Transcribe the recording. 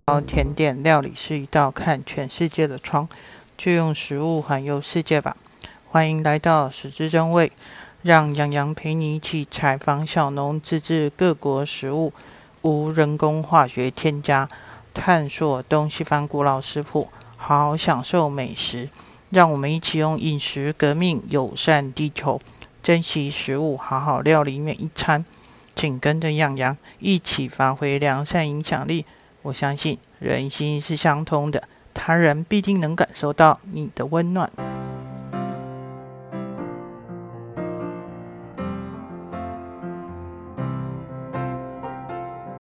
甜点料理是一道看全世界的窗，就用食物环游世界吧。欢迎来到食之真味，让洋洋陪你一起采访小农自制各国食物，无人工化学添加，探索东西方古老食谱，好好享受美食。让我们一起用饮食革命友善地球，珍惜食物，好好料理每一餐。请跟着洋洋一起发挥良善影响力。我相信人心是相通的，他人必定能感受到你的温暖。